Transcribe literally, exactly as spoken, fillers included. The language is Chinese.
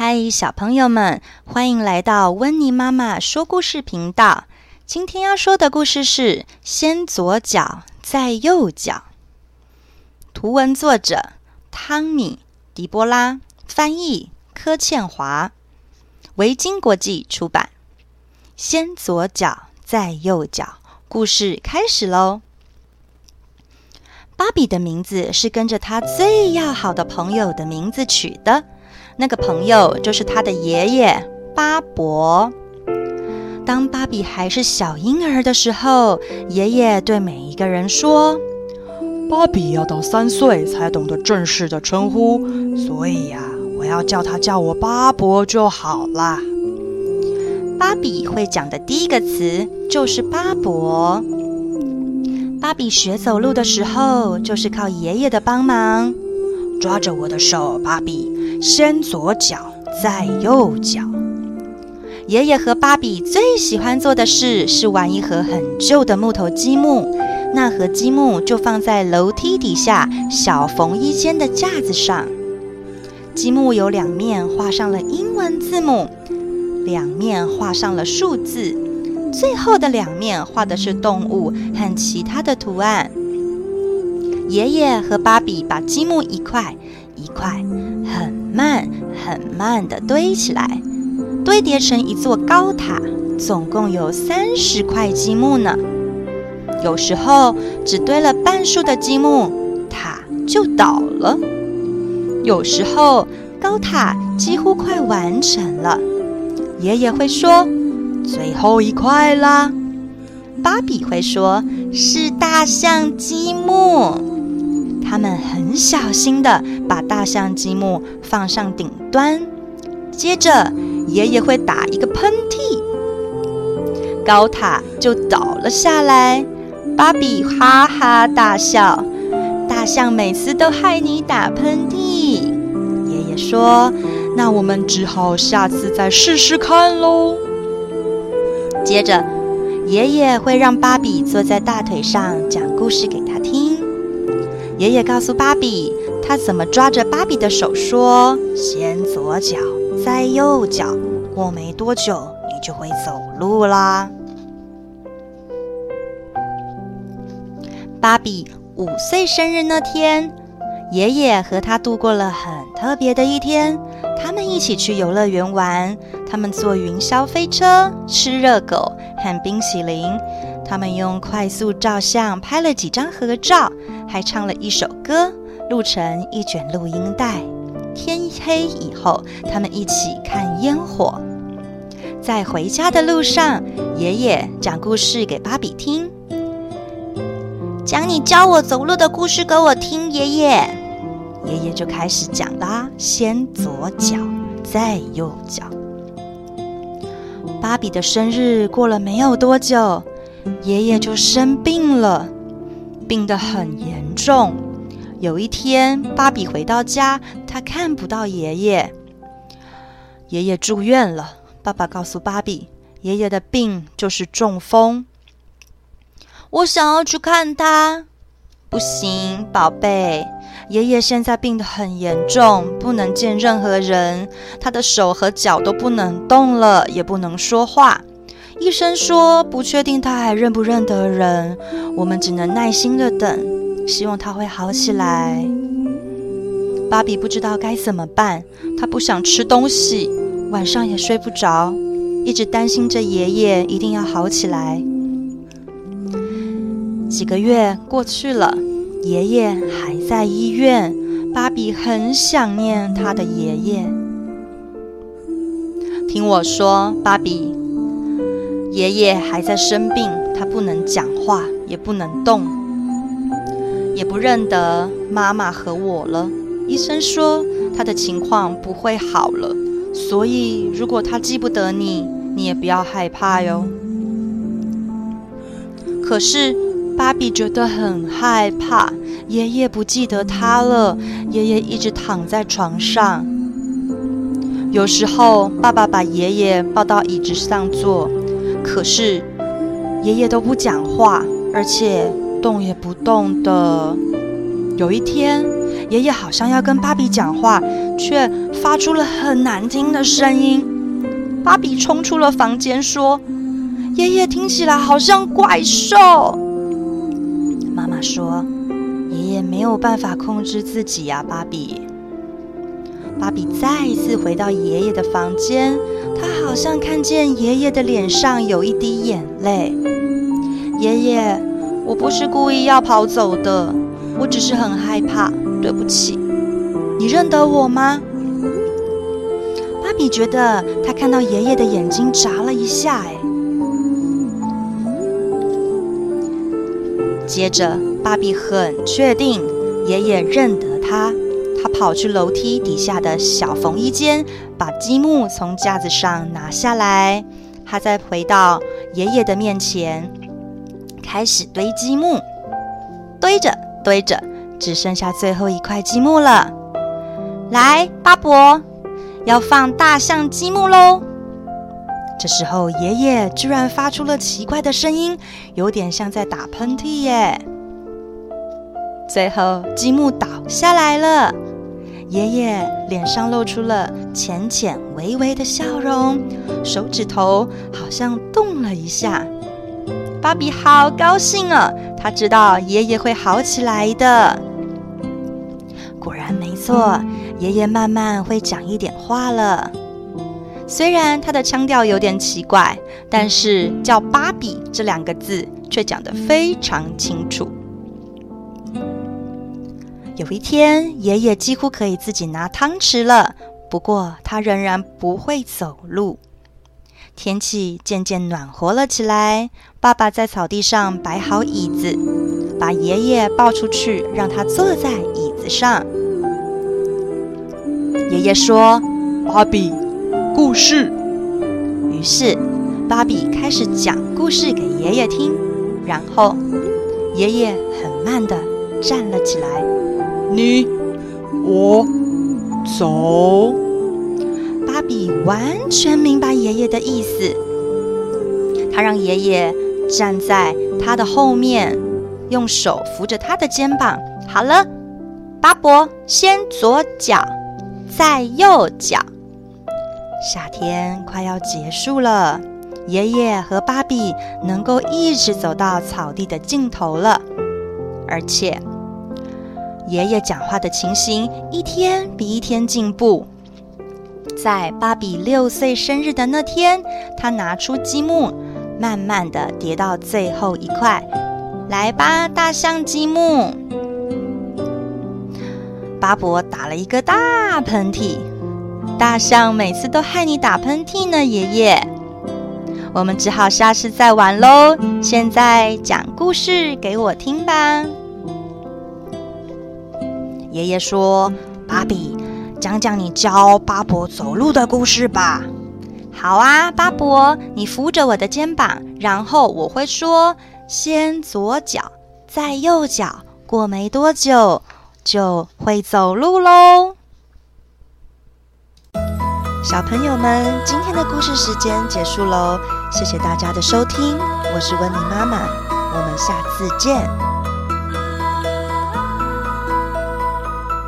嗨，小朋友们，欢迎来到温妮妈妈说故事频道。今天要说的故事是先左脚再右脚。图文作者汤米·迪波拉，翻译柯倩华，维京国际出版。先左脚再右脚，故事开始喽。芭比的名字是跟着她最要好的朋友的名字取的，那个朋友就是她的爷爷巴伯。当芭比还是小婴儿的时候，爷爷对每一个人说， 芭比要到三岁才懂得正式的称呼，所以呀、啊，我要叫她叫我巴伯就好啦。 芭比会讲的第一个词就是巴伯。芭比学走路的时候，就是靠爷爷的帮忙。 抓着我的手，芭比，先左脚，再右脚。 爷爷和芭比最喜欢做的事是玩一盒很旧的木头积木，那盒积木就放在楼梯底下小缝衣间的架子上。积木有两面画上了英文字母，两面画上了数字，最后的两面画的是动物和其他的图案。爷爷和芭比把积木一块一块很慢很慢地堆起来，堆叠成一座高塔，总共有三十块积木呢。有时候只堆了半数的积木，塔就倒了；有时候高塔几乎快完成了，爷爷会说最后一块啦，芭比会说是大象积木。他们很小心地把大象积木放上顶端，接着爷爷会打一个喷嚏，高塔就倒了下来。芭比哈哈大笑，大象每次都害你打喷嚏。爷爷说， 那我们只好下次再试试看咯。 接着爷爷会让芭比坐在大腿上讲故事给他听。爷爷告诉芭比，他怎么抓着芭比的手说，先左脚再右脚，过没多久你就会走路啦。芭比五岁生日那天，爷爷和他度过了很特别的一天。他们一起去游乐园玩，他们坐云霄飞车，吃热狗和冰淇淋。他们用快速照相拍了几张合照，还唱了一首歌，录成一卷录音带。天黑以后，他们一起看烟火。在回家的路上，爷爷讲故事给芭比听。讲你教我走路的故事给我听，爷爷。爷爷就开始讲啦，先左脚，再右脚。芭比的生日过了没有多久，爷爷就生病了，病得很严重。有一天，芭比回到家，她看不到爷爷。爷爷住院了，爸爸告诉芭比，爷爷的病就是中风。我想要去看他。不行，宝贝，爷爷现在病得很严重，不能见任何人，他的手和脚都不能动了，也不能说话。医生说不确定他还认不认得人，我们只能耐心的等，希望他会好起来。芭比不知道该怎么办，他不想吃东西，晚上也睡不着，一直担心着爷爷一定要好起来。几个月过去了，爷爷还在医院，芭比很想念他的爷爷。听我说，芭比，爷爷还在生病，他不能讲话，也不能动，也不认得妈妈和我了。医生说他的情况不会好了，所以如果他记不得你，你也不要害怕哟。可是芭比觉得很害怕，爷爷不记得他了，爷爷一直躺在床上。有时候爸爸把爷爷抱到椅子上坐，可是爷爷都不讲话，而且动也不动的。有一天， 爷爷好像要跟芭比讲话，却发出了很难听的声音。芭比冲出了房间说：爷爷听起来好像怪兽。妈妈说：爷爷没有办法控制自己呀、啊，芭比。芭比再一次回到爷爷的房间，她好像看见爷爷的脸上有一滴眼泪。爷爷，我不是故意要跑走的，我只是很害怕，对不起。你认得我吗？芭比觉得她看到爷爷的眼睛眨了一下，哎。接着，芭比很确定爷爷认得她。他跑去楼梯底下的小缝衣间，把积木从架子上拿下来。他再回到爷爷的面前，开始堆积木。堆着堆着，只剩下最后一块积木了。来，巴伯，要放大象积木咯。这时候，爷爷居然发出了奇怪的声音，有点像在打喷嚏耶。最后，积木倒下来了。爷爷脸上露出了浅浅微微的笑容，手指头好像动了一下。芭比好高兴啊，她知道爷爷会好起来的。果然没错，爷爷慢慢会讲一点话了。虽然他的腔调有点奇怪，但是叫芭比这两个字却讲得非常清楚。有一天，爷爷几乎可以自己拿汤匙了，不过他仍然不会走路。天气渐渐暖和了起来，爸爸在草地上摆好椅子，把爷爷抱出去，让他坐在椅子上。爷爷说： 芭比，故事。 于是，芭比开始讲故事给爷爷听，然后爷爷很慢地站了起来。 你，我，走。 芭比完全明白爷爷的意思，他让爷爷站在他的后面，用手扶着他的肩膀。好了，巴伯，先左脚，再右脚。夏天快要结束了，爷爷和芭比能够一直走到草地的尽头了，而且爷爷讲话的情形一天比一天进步。在芭比六岁生日的那天，他拿出积木，慢慢地叠到最后一块。来吧，大象积木。巴伯打了一个大喷嚏。大象每次都害你打喷嚏呢，爷爷。我们只好下次再玩咯。现在讲故事给我听吧。爷爷说：芭比，讲讲你教巴伯走路的故事吧。好啊，巴伯，你扶着我的肩膀，然后我会说先左脚，再右脚，过没多久就会走路咯。小朋友们，今天的故事时间结束咯，谢谢大家的收听，我是温妮妈妈，我们下次见。